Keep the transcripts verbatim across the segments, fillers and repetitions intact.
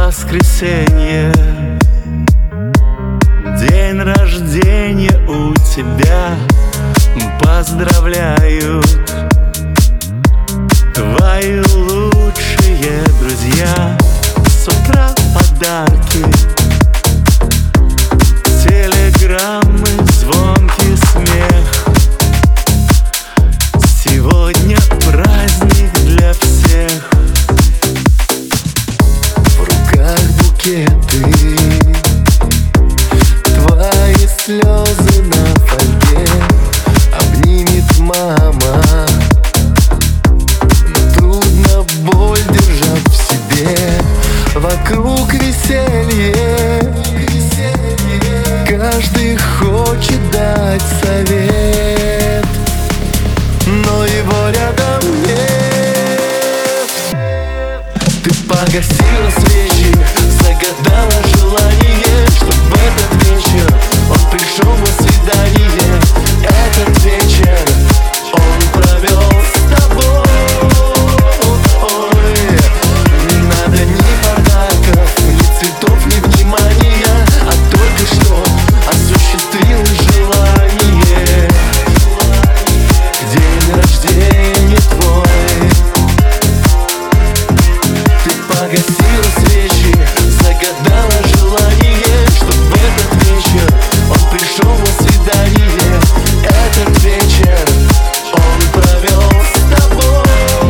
воскресенье, день рождения у тебя. Поздравляют твои лучшие друзья. С утра подарки, телеграммы, звонкий смех. Сегодня праздник для всех. В руках букеты, твои слезы на фольге. Обнимет мама, но трудно боль держать в себе. Вокруг веселье, каждый хочет дать совет, но его рядом нет. Ты погасила свечи, загадала желание, чтоб в этот вечер он пришел на свидание. Этот вечер он провел с тобой. Не надо ни подарков, ни цветов, ни внимания, а только что осуществилось желание. День рождения твой. Ты погасила свечи, загадала желание, чтоб в этот вечер он пришел на свидание. Этот вечер он провел с тобой.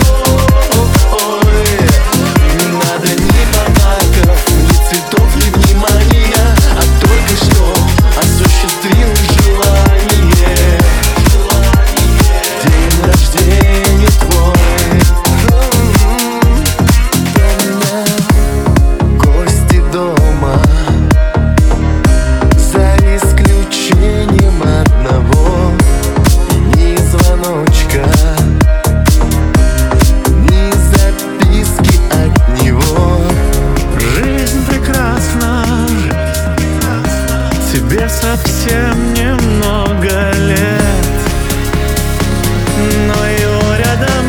Не надо ни подарков, ни цветов, ни внимания, а только что осуществилось желание. День рождения твой. Гости дома, за исключением одного. Ни звоночка, ни записки от него. Жизнь прекрасна, тебе совсем немного лет, но его рядом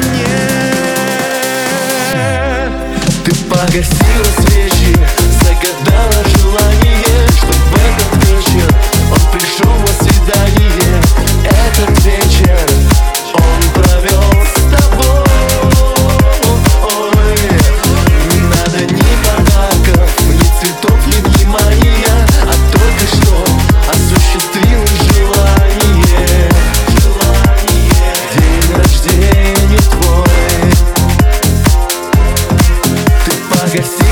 нет. Ты погасила свечи, загадала желание, чтоб в этот вечер он пришел на свидание. Этот вечер он провел с тобой. Не надо ни подарков, ни цветов, ни внимания, а только что осуществилось желание. День рождения твой. Ты погасила